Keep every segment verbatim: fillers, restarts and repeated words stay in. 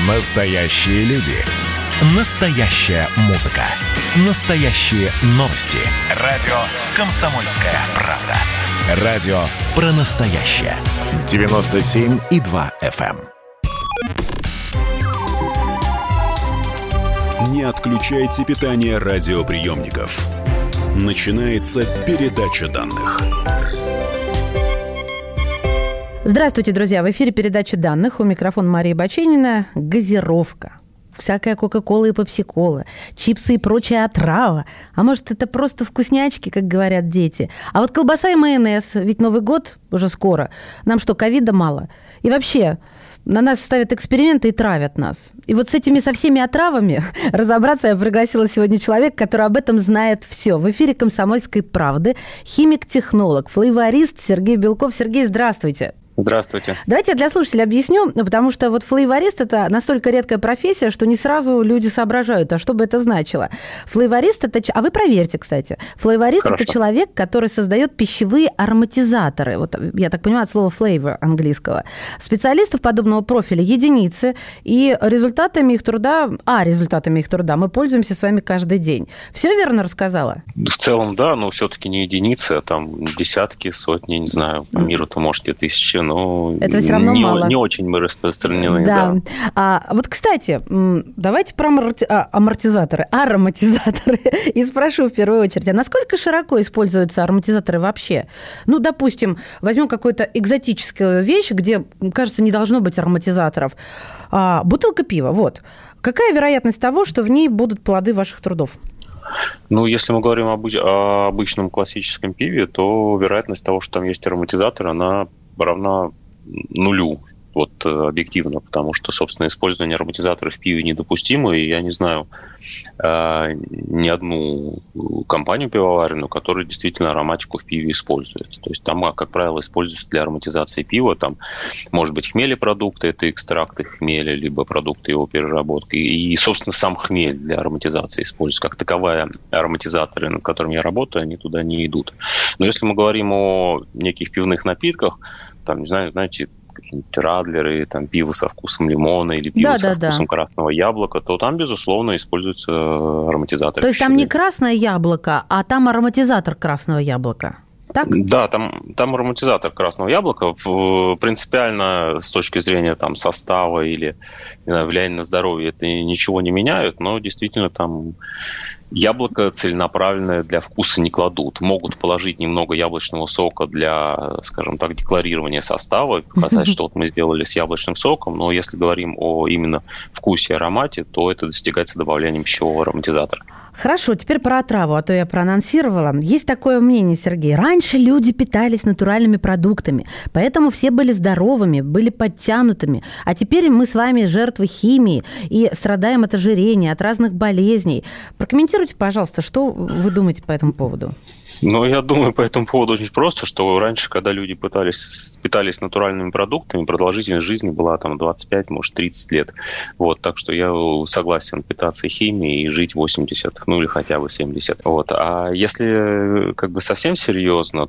Настоящие люди. Настоящая музыка. Настоящие новости. Радио «Комсомольская правда». Радио про настоящее. девяносто семь и два эф эм. Не отключайте питание радиоприемников. Начинается передача данных. Здравствуйте, друзья! В эфире передача данных. У микрофона Мария Баченина. Газировка. Всякая кока-кола и пепси-кола, чипсы и прочая отрава. А может, это просто вкуснячки, как говорят дети. А вот колбаса и майонез, ведь Новый год уже скоро. Нам что, ковида мало? И вообще, на нас ставят эксперименты и травят нас. И вот с этими со всеми отравами разобраться я пригласила сегодня человека, который об этом знает все. В эфире «Комсомольской правды» химик-технолог, флейворист Сергей Белков. Сергей, здравствуйте. Здравствуйте. Давайте я для слушателей объясню, потому что вот флейворист – это настолько редкая профессия, что не сразу люди соображают, а что бы это значило. Флейворист – это… А вы проверьте, кстати. Флейворист – это человек, который создает пищевые ароматизаторы. Вот я так понимаю, от слова flavor английского. Специалистов подобного профиля единицы, и результатами их труда, а результатами их труда мы пользуемся с вами каждый день. Все верно рассказала? В целом, да, но все-таки не единицы, а там десятки, сотни, не знаю, по миру-то, может, и тысячи. Но это все равно не, мало. Не очень мы распространены. Да. Да. А, вот, кстати, давайте про аморти... а, амортизаторы, ароматизаторы. И спрошу в первую очередь, а насколько широко используются ароматизаторы вообще? Ну, допустим, возьмем какую-то экзотическую вещь, где, кажется, не должно быть ароматизаторов. А, бутылка пива, вот. Какая вероятность того, что в ней будут плоды ваших трудов? Ну, если мы говорим об, о обычном классическом пиве, то вероятность того, что там есть ароматизатор, она равна нулю, вот объективно, потому что, собственно, использование ароматизаторов в пиве недопустимо, и я не знаю э, ни одну компанию пивоваренную, которая действительно ароматику в пиве использует. То есть там, как правило, используется для ароматизации пива, там, может быть, хмелепродукты, это экстракты хмеля, либо продукты его переработки, и, собственно, сам хмель для ароматизации используется. Как таковая ароматизаторы, над которыми я работаю, они туда не идут. Но если мы говорим о неких пивных напитках, там, не знаю, знаете, какие-нибудь радлеры, там, пиво со вкусом лимона или пиво да, со да, вкусом да. красного яблока, то там, безусловно, используются ароматизаторы. То есть там не красное яблоко, а там ароматизатор красного яблока? Так? Да, там, там ароматизатор красного яблока. Принципиально с точки зрения там, состава или не знаю, влияния на здоровье это ничего не меняют, но действительно там яблоко целенаправленное для вкуса не кладут. Могут положить немного яблочного сока для, скажем так, декларирования состава, показать, что вот мы сделали с яблочным соком, но если говорим о именно вкусе и аромате, то это достигается добавлением пищевого ароматизатора. Хорошо, теперь про отраву, а то я проанонсировала. Есть такое мнение, Сергей. Раньше люди питались натуральными продуктами, поэтому все были здоровыми, были подтянутыми. А теперь мы с вами жертвы химии и страдаем от ожирения, от разных болезней. Прокомментируйте, пожалуйста, что вы думаете по этому поводу? Ну, я думаю, по этому поводу очень просто, что раньше, когда люди пытались, питались натуральными продуктами, продолжительность жизни была там двадцать пять, может, тридцать лет. Вот, так что я согласен питаться химией и жить восемьдесят, ну или хотя бы семьдесят. Вот. А если как бы совсем серьезно,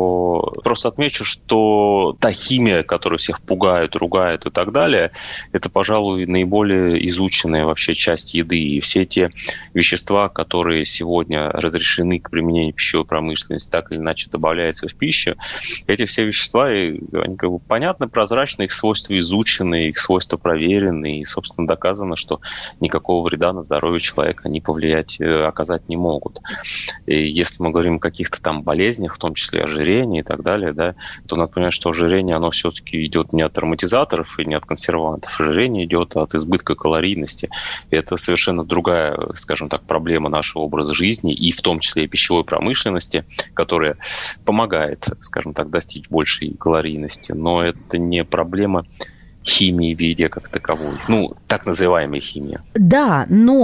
то просто отмечу, что та химия, которая всех пугает, ругает и так далее, это, пожалуй, наиболее изученная вообще часть еды. И все те вещества, которые сегодня разрешены к применению пищевой промышленности, так или иначе добавляется в пищу, эти все вещества, они как бы понятны, прозрачны, их свойства изучены, их свойства проверены, и, собственно, доказано, что никакого вреда на здоровье человека они повлиять, оказать не могут. И если мы говорим о каких-то там болезнях, в том числе ожирении и так далее, да, то надо понимать, что ожирение, оно все-таки идет не от ароматизаторов и не от консервантов. Ожирение идет от избытка калорийности. И это совершенно другая, скажем так, проблема нашего образа жизни, и в том числе и пищевой промышленности, которая помогает, скажем так, достичь большей калорийности, но это не проблема химии в еде как таковой. Ну, так называемая химия. Да, но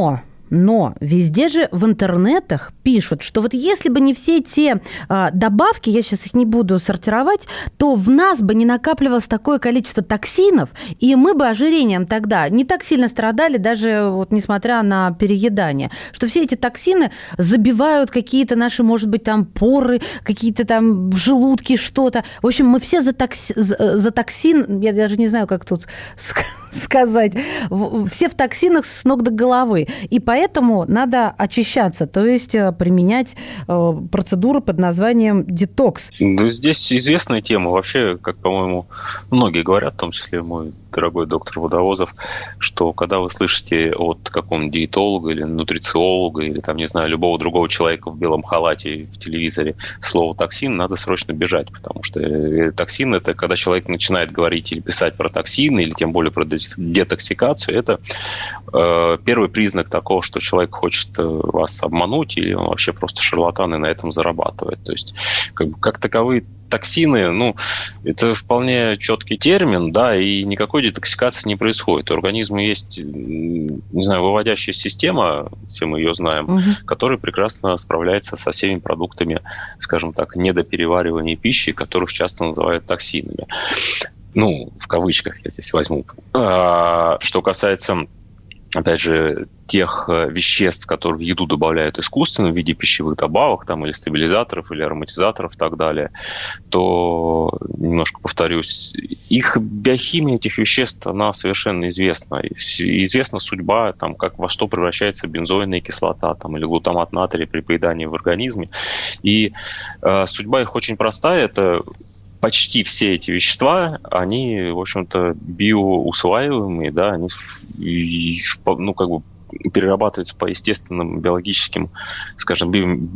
Но везде же в интернетах пишут, что вот если бы не все те а, добавки, я сейчас их не буду сортировать, то в нас бы не накапливалось такое количество токсинов, и мы бы ожирением тогда не так сильно страдали, даже вот несмотря на переедание. Что все эти токсины забивают какие-то наши, может быть, там поры, какие-то там в желудке что-то. В общем, мы все за, токси... за токсин, я даже не знаю, как тут сказать, все в токсинах с ног до головы. И поэтому надо очищаться, то есть применять процедуру под названием детокс. Да, здесь известная тема. Вообще, как, по-моему, многие говорят, в том числе мой дорогой доктор Водовозов, что когда вы слышите от какого-нибудь диетолога или нутрициолога, или, там, не знаю, любого другого человека в белом халате в телевизоре слово «токсин», надо срочно бежать, потому что токсин – это когда человек начинает говорить или писать про токсины, или тем более про детоксикацию. Это э, первый признак такого, что человек хочет вас обмануть, или он вообще просто шарлатан и на этом зарабатывает. То есть, как, как таковые токсины, ну, это вполне четкий термин, да, и никакой детоксикации не происходит. У организма есть, не знаю, выводящая система, все мы ее знаем, угу. которая прекрасно справляется со всеми продуктами, скажем так, недопереваривания пищи, которых часто называют токсинами. Ну, в кавычках я здесь возьму. А, что касается, опять же, тех веществ, которые в еду добавляют искусственно в виде пищевых добавок, там, или стабилизаторов, или ароматизаторов и так далее, то, немножко повторюсь, их биохимия этих веществ, она совершенно известна. Известна судьба, там, как, во что превращается бензойная кислота там, или глутамат натрия при поедании в организме. И э, судьба их очень простая. Это почти все эти вещества, они, в общем-то, биоусваиваемые, да, они, ну, как бы, перерабатываются по естественным биологическим, скажем,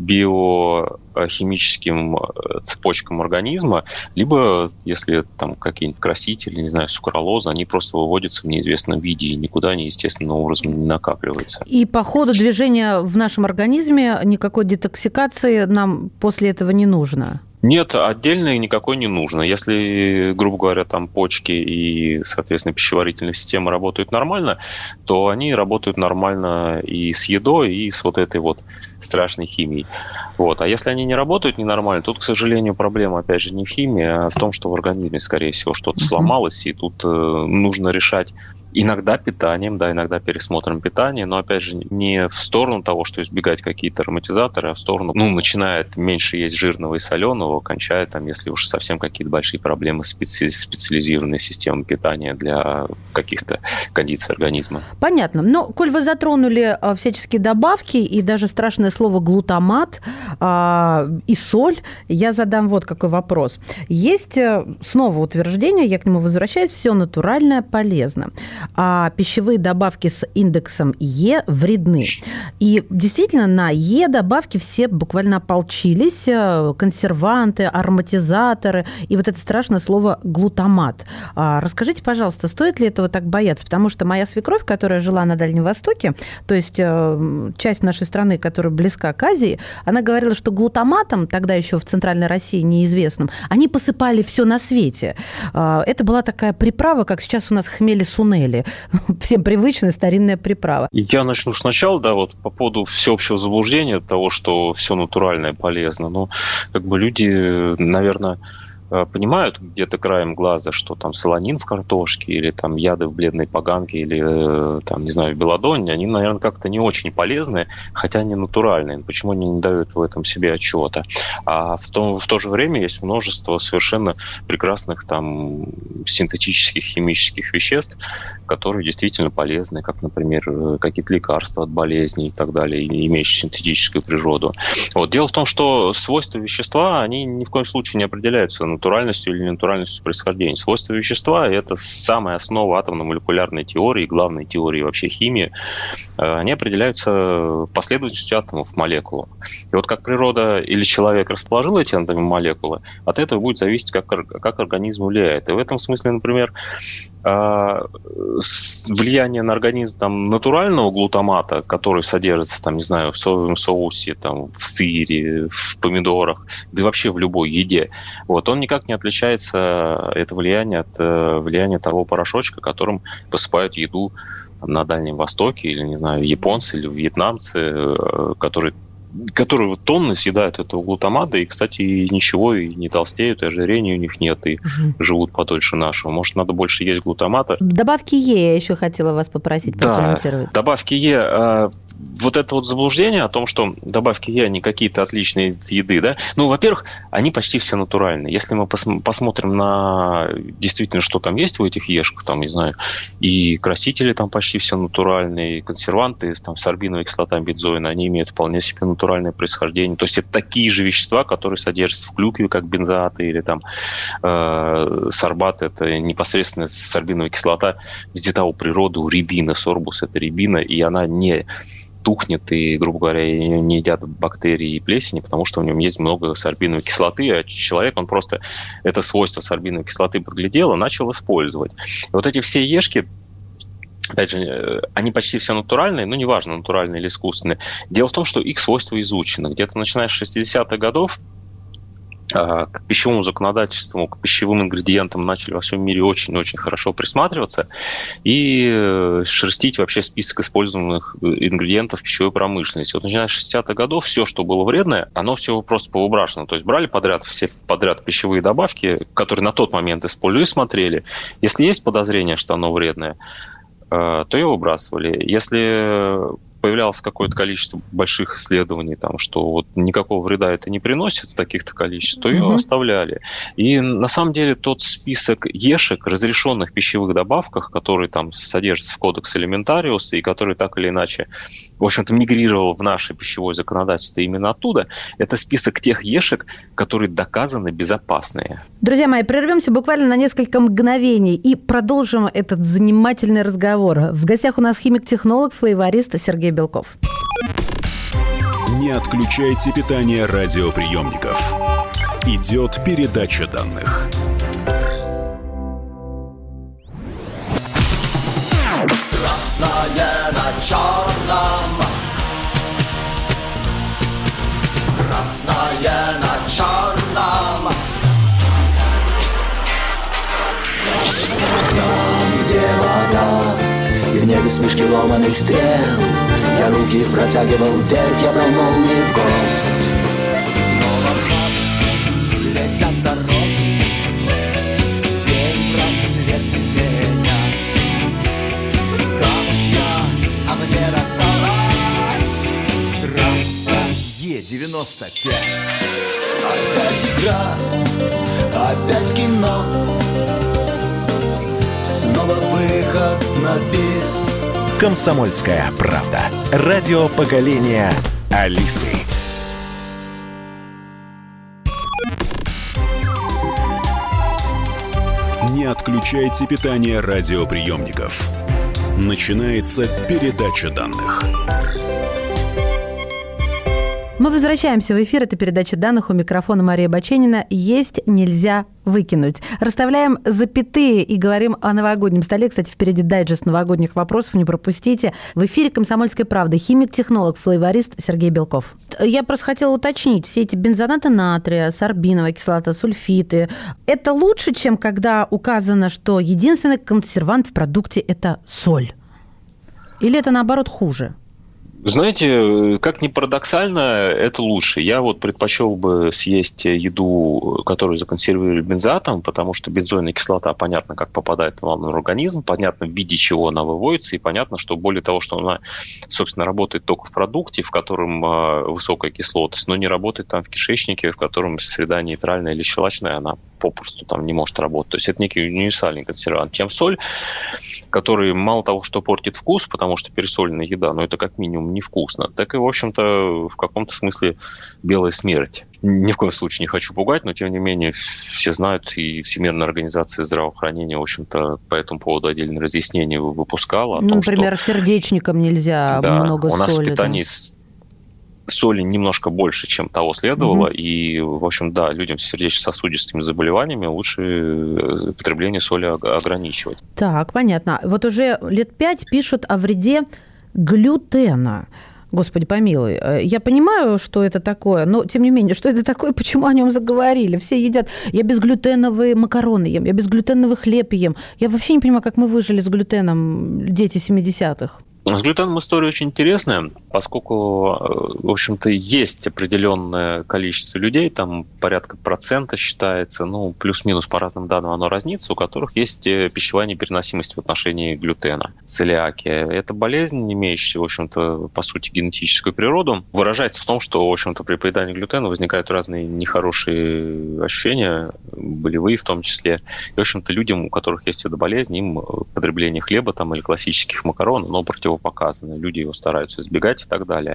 биохимическим цепочкам организма, либо, если там какие-нибудь красители, не знаю, сукралоза, они просто выводятся в неизвестном виде и никуда они естественным образом не накапливаются. И по ходу движения в нашем организме никакой детоксикации нам после этого не нужно? Нет, отдельно никакой не нужно. Если, грубо говоря, там почки и, соответственно, пищеварительная система работают нормально, то они работают нормально и с едой, и с вот этой вот страшной химией. Вот. А если они не работают ненормально, тут, к сожалению, проблема, опять же, не в химии, а в том, что в организме, скорее всего, что-то сломалось, и тут э, нужно решать иногда питанием, да, иногда пересмотром питания, но, опять же, не в сторону того, что избегать какие-то ароматизаторы, а в сторону, ну, начинает меньше есть жирного и соленого, кончая там, если уж совсем какие-то большие проблемы с специ- специализированной системой питания для каких-то кондиций организма. Понятно. Но, коль вы затронули всяческие добавки и даже страшное слово глутамат а, и соль, я задам вот какой вопрос. Есть снова утверждение, я к нему возвращаюсь, все натуральное полезно. А пищевые добавки с индексом Е вредны. И действительно, на Е добавки все буквально ополчились, консерванты, ароматизаторы и вот это страшное слово глутамат. А расскажите, пожалуйста, стоит ли этого так бояться? Потому что моя свекровь, которая жила на Дальнем Востоке, то есть часть нашей страны, которая близка к Азии, она говорила, что глутаматом, тогда еще в Центральной России неизвестным, они посыпали все на свете. Это была такая приправа, как сейчас у нас хмели-сунели. Всем привычная старинная приправа. Я начну сначала, да, вот по поводу всеобщего заблуждения того, что все натуральное полезно. Но как бы люди, наверное, понимают где-то краем глаза, что там солонин в картошке или там яды в бледной поганке или там, не знаю, в белладонне, они, наверное, как-то не очень полезны, хотя они натуральные. Почему они не дают в этом себе отчета? А в то, в то же время есть множество совершенно прекрасных там синтетических химических веществ, которые действительно полезны, как, например, какие-то лекарства от болезней и так далее, имеющие синтетическую природу. Вот. Дело в том, что свойства вещества, они ни в коем случае не определяются натуральностью или ненатуральностью происхождения. Свойства вещества – это самая основа атомно-молекулярной теории, главной теории вообще химии. Они определяются последовательностью атомов в молекулах. И вот как природа или человек расположил эти молекулы, от этого будет зависеть, как, как организм влияет. И в этом смысле, например, влияние на организм там, натурального глутамата, который содержится, там, не знаю, в соевом соусе, там, в сыре, в помидорах, да и вообще в любой еде, вот, он никак не отличается, это влияние, от влияния того порошочка, которым посыпают еду на Дальнем Востоке, или, не знаю, японцы или вьетнамцы, которые которые тонны съедают этого глутамата, и, кстати, ничего, и не толстеют, и ожирения у них нет, и угу. живут подольше нашего. Может, надо больше есть глутамата. Добавки Е я еще хотела вас попросить прокомментировать. Да, добавки Е... Вот это вот заблуждение о том, что добавки Е, они какие-то отличные еды, да? Ну, во-первых, они почти все натуральные. Если мы пос- посмотрим на действительно, что там есть в этих ешках, там, не знаю, и красители там почти все натуральные, и консерванты, там, сорбиновая кислота, бензоин, они имеют вполне себе натуральное происхождение. То есть это такие же вещества, которые содержатся в клюкве, как бензоаты или там э- сорбат, это непосредственно сорбиновая кислота взята у природы, у рябины, сорбус, это рябина, и она не тухнет, и, грубо говоря, ее не едят бактерии и плесени, потому что в нем есть много сорбиновой кислоты, а человек, он просто это свойство сорбиновой кислоты подглядел и начал использовать. И вот эти все ешки, опять же, они почти все натуральные, но неважно, натуральные или искусственные. Дело в том, что их свойства изучены. Где-то начиная с шестидесятых годов к пищевому законодательству, к пищевым ингредиентам начали во всем мире очень-очень хорошо присматриваться и шерстить вообще список используемых ингредиентов в пищевой промышленности. Вот начиная с шестидесятых годов все, что было вредное, оно все просто повыбрашено. То есть брали подряд все подряд пищевые добавки, которые на тот момент использовали, смотрели. Если есть подозрение, что оно вредное, то ее выбрасывали. Если появлялось какое-то количество больших исследований, там, что вот никакого вреда это не приносит в таких-то количествах, то ее mm-hmm. оставляли. И на самом деле тот список ешек, разрешенных пищевых добавках, которые там содержатся в Кодекс Алиментариус и которые так или иначе, в общем-то, мигрировал в наше пищевое законодательство именно оттуда, это список тех ешек, которые доказаны безопасные. Друзья мои, прервемся буквально на несколько мгновений и продолжим этот занимательный разговор. В гостях у нас химик-технолог, флейворист Сергей Белков. Не отключайте питание радиоприемников. Идет передача данных. Красное на черном. Красное на черном. Там, где вода, и в небе смешки ломаных стрел, я руки протягивал вверх, я брал молнии в гость. Снова в ночь летят дороги, день рассвет менять. Камушья, а мне досталась трасса Е девяносто пять. Опять игра, опять кино, снова выход на бис. «Комсомольская правда». Радио поколения Алисы. Не отключайте питание радиоприемников. Начинается передача данных. Мы возвращаемся в эфир. Это передача данных. У микрофона Мария Баченина. Есть нельзя выкинуть. Расставляем запятые и говорим о новогоднем столе. Кстати, впереди дайджест новогодних вопросов. Не пропустите. В эфире «Комсомольской правды» химик-технолог, флейворист Сергей Белков. Я просто хотела уточнить. Все эти бензонаты натрия, сорбиновая кислота, сульфиты. Это лучше, чем когда указано, что единственный консервант в продукте – это соль? Или это, наоборот, хуже? Знаете, как ни парадоксально, это лучше. Я вот предпочел бы съесть еду, которую законсервировали бензоатом, потому что бензойная кислота, понятно, как попадает в организм, понятно, в виде чего она выводится, и понятно, что более того, что она, собственно, работает только в продукте, в котором высокая кислотность, но не работает там в кишечнике, в котором среда нейтральная или щелочная, она попросту там не может работать. То есть это некий универсальный консервант. Чем соль, который мало того, что портит вкус, потому что пересоленная еда, но это как минимум невкусно, так и, в общем-то, в каком-то смысле белая смерть. Ни в коем случае не хочу пугать, но, тем не менее, все знают, и Всемирная организация здравоохранения, в общем-то, по этому поводу отдельное разъяснение выпускала. О том, Например, что, сердечникам нельзя да, много соли. У нас в питании да? соли немножко больше, чем того следовало, угу. и, в общем, да, людям с сердечно-сосудистыми заболеваниями лучше потребление соли ограничивать. Так, понятно. Вот уже лет пять пишут о вреде глютена. Господи помилуй. Я понимаю, что это такое, но, тем не менее, что это такое, почему о нем заговорили? Все едят. Я безглютеновые макароны ем, я безглютеновый хлеб ем. Я вообще не понимаю, как мы выжили с глютеном, дети семидесятых. С глютеном история очень интересная, поскольку, в общем-то, есть определенное количество людей, там порядка процента считается, ну, плюс-минус по разным данным оно разнится, у которых есть пищевая непереносимость в отношении глютена, целиакия. Это болезнь, не имеющая, в общем-то, по сути, генетическую природу, выражается в том, что, в общем-то, при поедании глютена возникают разные нехорошие ощущения, болевые в том числе. И, в общем-то, людям, у которых есть эта болезнь, им потребление хлеба там, или классических макарон, оно противоположно показано, люди его стараются избегать и так далее.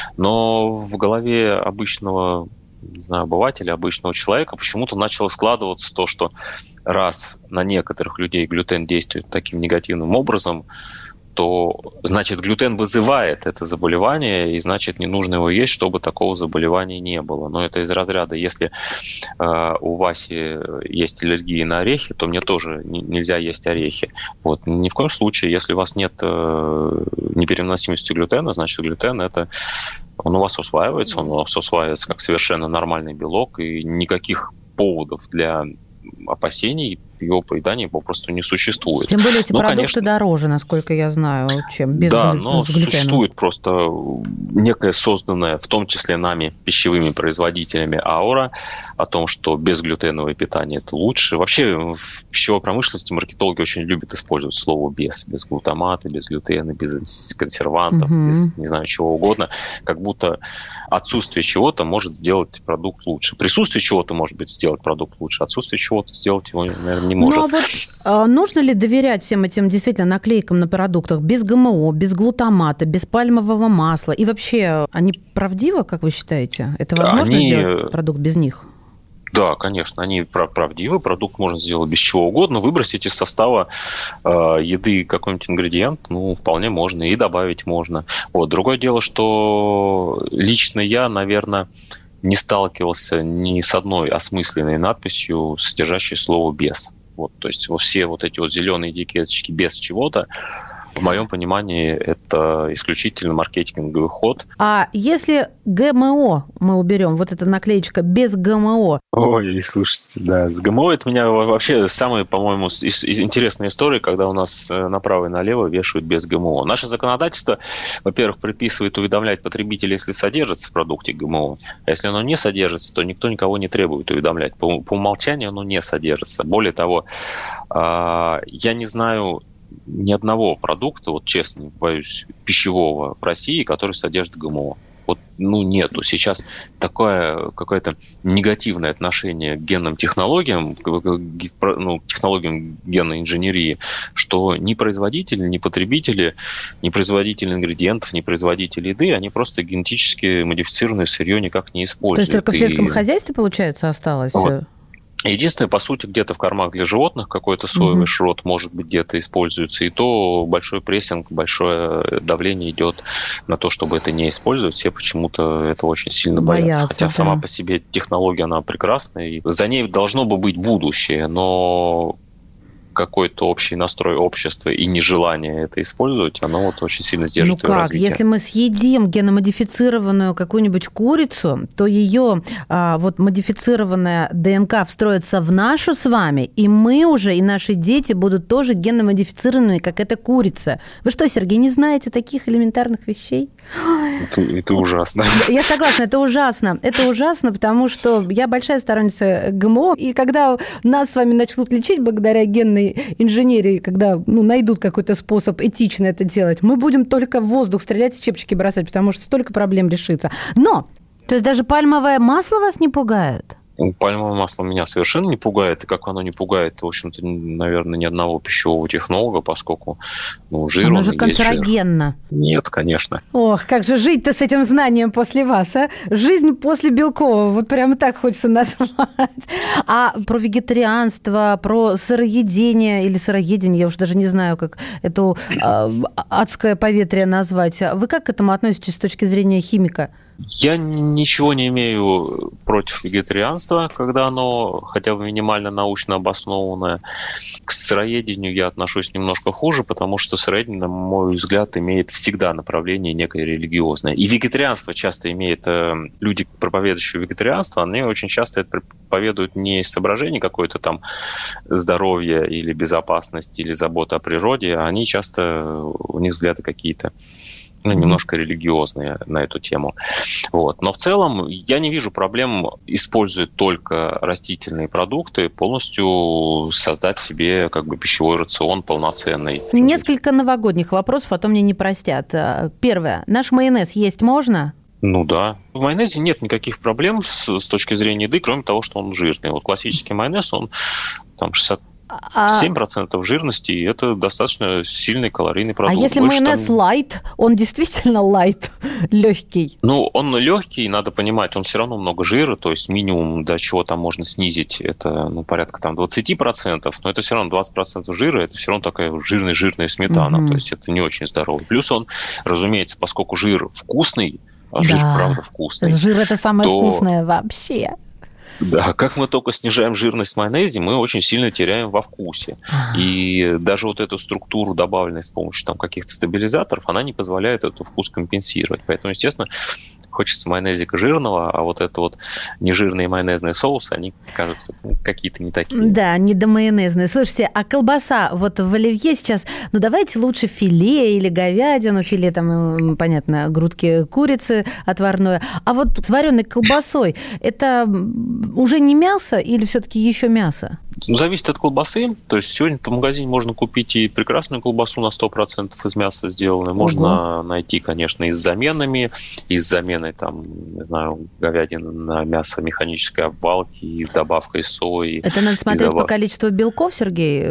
Но в голове обычного, не знаю, обывателя, обычного человека почему-то начало складываться то, что раз на некоторых людей глютен действует таким негативным образом, то, значит, глютен вызывает это заболевание, и, значит, не нужно его есть, чтобы такого заболевания не было. Но это из разряда, если э, у Васи есть аллергия на орехи, то мне тоже не, нельзя есть орехи. Вот. Ни в коем случае, если у вас нет э, непереносимости глютена, значит, глютен – это он у вас усваивается, он у вас усваивается как совершенно нормальный белок, и никаких поводов для опасений его поедания попросту не существует. Тем более эти ну, продукты конечно, дороже, насколько я знаю, чем без да, глютена. но существует просто некая созданная, в том числе нами, пищевыми производителями, аура о том, что безглютеновое питание – это лучше. Вообще в пищевой промышленности маркетологи очень любят использовать слово «без». Без глутамата, без глютена, без консервантов, угу. без не знаю чего угодно. Как будто отсутствие чего-то может сделать продукт лучше. Присутствие чего-то может быть сделать продукт лучше, отсутствие чего-то сделать его, наверное, не может. Ну, а вот а, нужно ли доверять всем этим действительно наклейкам на продуктах без ГМО, без глутамата, без пальмового масла? И вообще, они правдивы, как вы считаете? Это возможно они... сделать продукт без них? Да, конечно, они правдивы, продукт можно сделать без чего угодно, выбросить из состава э, еды какой-нибудь ингредиент, ну, вполне можно, и добавить можно. Вот. Другое дело, что лично я, наверное, не сталкивался ни с одной осмысленной надписью, содержащей слово «без». Вот, то есть вот все вот эти вот зеленые этикеточки без чего-то, в моем понимании, это исключительно маркетинговый ход. А если ГМО мы уберем, вот эта наклеечка без ГМО? Ой, слушайте, да, с ГМО это у меня вообще самая, по-моему, интересная история, когда у нас направо и налево вешают без ГМО. Наше законодательство, во-первых, предписывает уведомлять потребителя, если содержится в продукте ГМО. А если оно не содержится, то никто никого не требует уведомлять. По, по умолчанию оно не содержится. Более того, я не знаю ни одного продукта, вот честно, боюсь, пищевого в России, который содержит ГМО. Вот, ну, нету. Сейчас такое какое-то негативное отношение к генным технологиям, к, ну, технологиям генной инженерии, что ни производители, ни потребители, ни производители ингредиентов, ни производители еды, они просто генетически модифицированное сырье никак не используют. То есть только в сельском И... хозяйстве, получается, осталось? Вот. Единственное, по сути, где-то в кормах для животных какой-то соевый mm-hmm. шрот, может быть, где-то используется. И то большой прессинг, большое давление идет на то, чтобы это не использовать. Все почему-то это очень сильно боятся. боятся Хотя да. сама по себе технология, она прекрасная. И за ней должно бы быть будущее. Но какой-то общий настрой общества и нежелание это использовать, оно вот очень сильно сдерживает ну как? развитие. Если мы съедим геномодифицированную какую-нибудь курицу, то ее а, вот модифицированная ДНК встроится в нашу с вами, и мы уже, и наши дети будут тоже геномодифицированными, как эта курица. Вы что, Сергей, не знаете таких элементарных вещей? Это, это ужасно. Я согласна, это ужасно. Это ужасно, потому что я большая сторонница ГМО, и когда нас с вами начнут лечить благодаря генной инженерии, когда ну, найдут какой-то способ этично это делать, мы будем только в воздух стрелять и чепчики бросать, потому что столько проблем решится. Но, то есть даже пальмовое масло вас не пугает? Пальмовое масло меня совершенно не пугает, и как оно не пугает, в общем-то, наверное, ни одного пищевого технолога, поскольку ну, жир, оно он же канцерогенно. Жир. Нет, конечно. Ох, как же жить-то с этим знанием после вас, а? Жизнь после белкового, вот прямо так хочется назвать. А про вегетарианство, про сыроедение или сыроедение, я уж даже не знаю, как это э, адское поветрие назвать. Вы как к этому относитесь с точки зрения химика? Я ничего не имею против вегетарианства, когда оно хотя бы минимально научно обоснованное. К сыроедению я отношусь немножко хуже, потому что сыроедение, на мой взгляд, имеет всегда направление некое религиозное. И вегетарианство часто имеет... Люди, проповедующие вегетарианство, они очень часто это проповедуют не из соображений какой-то там здоровья или безопасности, или заботы о природе, а они часто... У них взгляды какие-то ну, немножко религиозные на эту тему. Вот. Но в целом я не вижу проблем, используя только растительные продукты, полностью создать себе как бы пищевой рацион полноценный. Несколько новогодних вопросов, а то мне не простят. Первое. Наш майонез есть можно? Ну да. В майонезе нет никаких проблем с, с точки зрения еды, кроме того, что он жирный. Вот классический майонез, он там шестьдесят семь процентов жирности, и это достаточно сильный калорийный продукт. А если Больше майонез там... лайт, он действительно лайт, легкий? Ну, он легкий, надо понимать, он все равно много жира, то есть минимум, до чего там можно снизить, это ну, порядка там двадцать процентов, но это все равно двадцать процентов жира, это все равно такая жирная-жирная сметана, mm-hmm. то есть это не очень здоровый. Плюс он, разумеется, поскольку жир вкусный, а да. жир правда вкусный. Жир это самое то... вкусное вообще. Да, как мы только снижаем жирность в майонезе, мы очень сильно теряем во вкусе. А-а-а. И даже вот эту структуру, добавленную с помощью там, каких-то стабилизаторов, она не позволяет этот вкус компенсировать. Поэтому, естественно, хочется майонезика жирного, а вот это вот нежирные майонезные соусы, они, кажется, какие-то не такие. Да, не домайонезные. Слушайте, а колбаса вот в оливье сейчас, ну давайте лучше филе или говядину, филе там, понятно, грудки курицы отварное, а вот с вареной колбасой, это уже не мясо или все-таки еще мясо? Ну, зависит от колбасы. То есть сегодня в магазине можно купить и прекрасную колбасу на сто процентов из мяса сделанную. Можно Ого. найти, конечно, и с заменами, и с заменой, там, не знаю, говядины на мясо механической обвалки, и с добавкой сои. Это надо смотреть добав... по количеству белков, Сергей?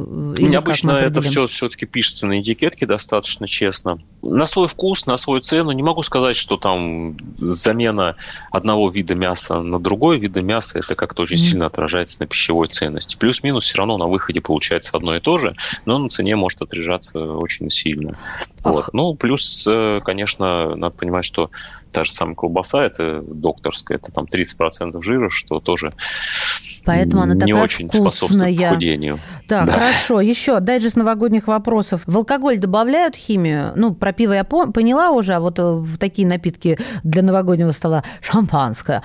Обычно это все все-таки пишется на этикетке достаточно честно. На свой вкус, на свою цену. Не могу сказать, что там замена одного вида мяса на другой вид мяса, это как-то очень mm. сильно отражается на пищевой ценности. Плюс-минус все равно на выходе получается одно и то же, но на цене может отрежаться очень сильно. Вот. Ну, плюс, конечно, надо понимать, что та же самая колбаса, это докторская, это там тридцать процентов жира, что тоже Поэтому она не такая очень вкусная. способствует похудению. Так, да. Хорошо. Еще дайджест новогодних вопросов. В алкоголь добавляют химию? Ну, про пиво я поняла уже, а вот в такие напитки для новогоднего стола шампанское,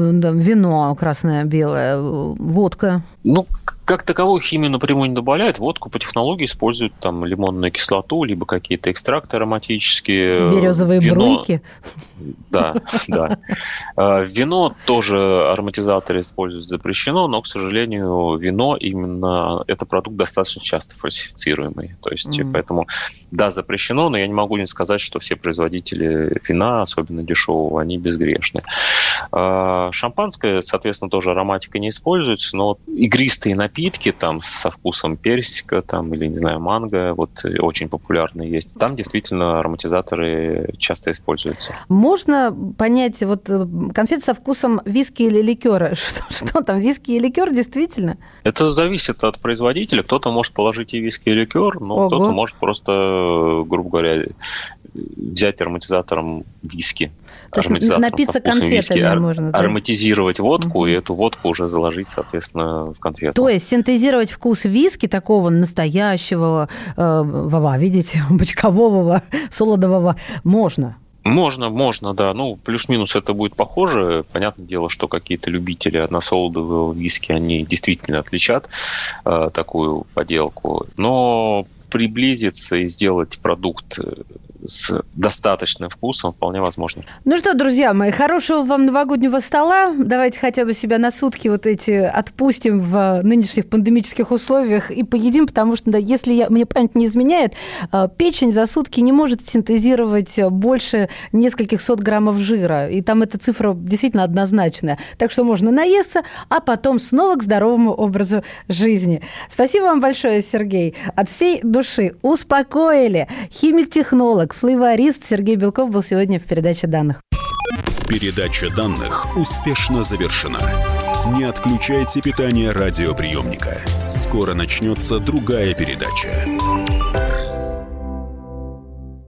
вино красное, белое, водка. Ну, как таковую химию напрямую не добавляют. Водку по технологии используют там лимонную кислоту, либо какие-то экстракты ароматические. Березовые вино... бруйки. Да, да. Вино тоже ароматизаторы используют, запрещено, но, к сожалению, вино именно это продукт достаточно часто фальсифицируемый. То есть, mm. поэтому, да, запрещено, но я не могу не сказать, что все производители вина, особенно дешевого, они безгрешны. Шампанское, соответственно, тоже ароматика не используется, но игристые напитки там со вкусом персика там, или, не знаю, манго, вот очень популярные есть. Там действительно ароматизаторы часто используются. Можно понять, вот конфеты со вкусом виски или ликера, что, что там, виски и ликер действительно? Это зависит от производителя. Кто-то может положить и виски, и ликер, но Ого. кто-то может просто, грубо говоря, взять ароматизатором виски. То есть напиться конфетами виски, можно. Да? Ароматизировать водку, uh-huh. и эту водку уже заложить, соответственно, в конфету. То есть синтезировать вкус виски такого настоящего, э, вова, видите, бочкового, солодового можно? Можно, можно, да. Ну, плюс-минус это будет похоже. Понятное дело, что какие-то любители односолодового виски, они действительно отличат э, такую поделку. Но приблизиться и сделать продукт с достаточным вкусом вполне возможно. Ну что, друзья мои, хорошего вам новогоднего стола. Давайте хотя бы себя на сутки вот эти отпустим в нынешних пандемических условиях и поедим, потому что, да, если я, мне память не изменяет, печень за сутки не может синтезировать больше нескольких сот граммов жира. И там эта цифра действительно однозначная. Так что можно наесться, а потом снова к здоровому образу жизни. Спасибо вам большое, Сергей. От всей души успокоили. Химик-технолог, флейворист Сергей Белков был сегодня в передаче данных. Передача данных успешно завершена. Не отключайте питание радиоприемника. Скоро начнется другая передача.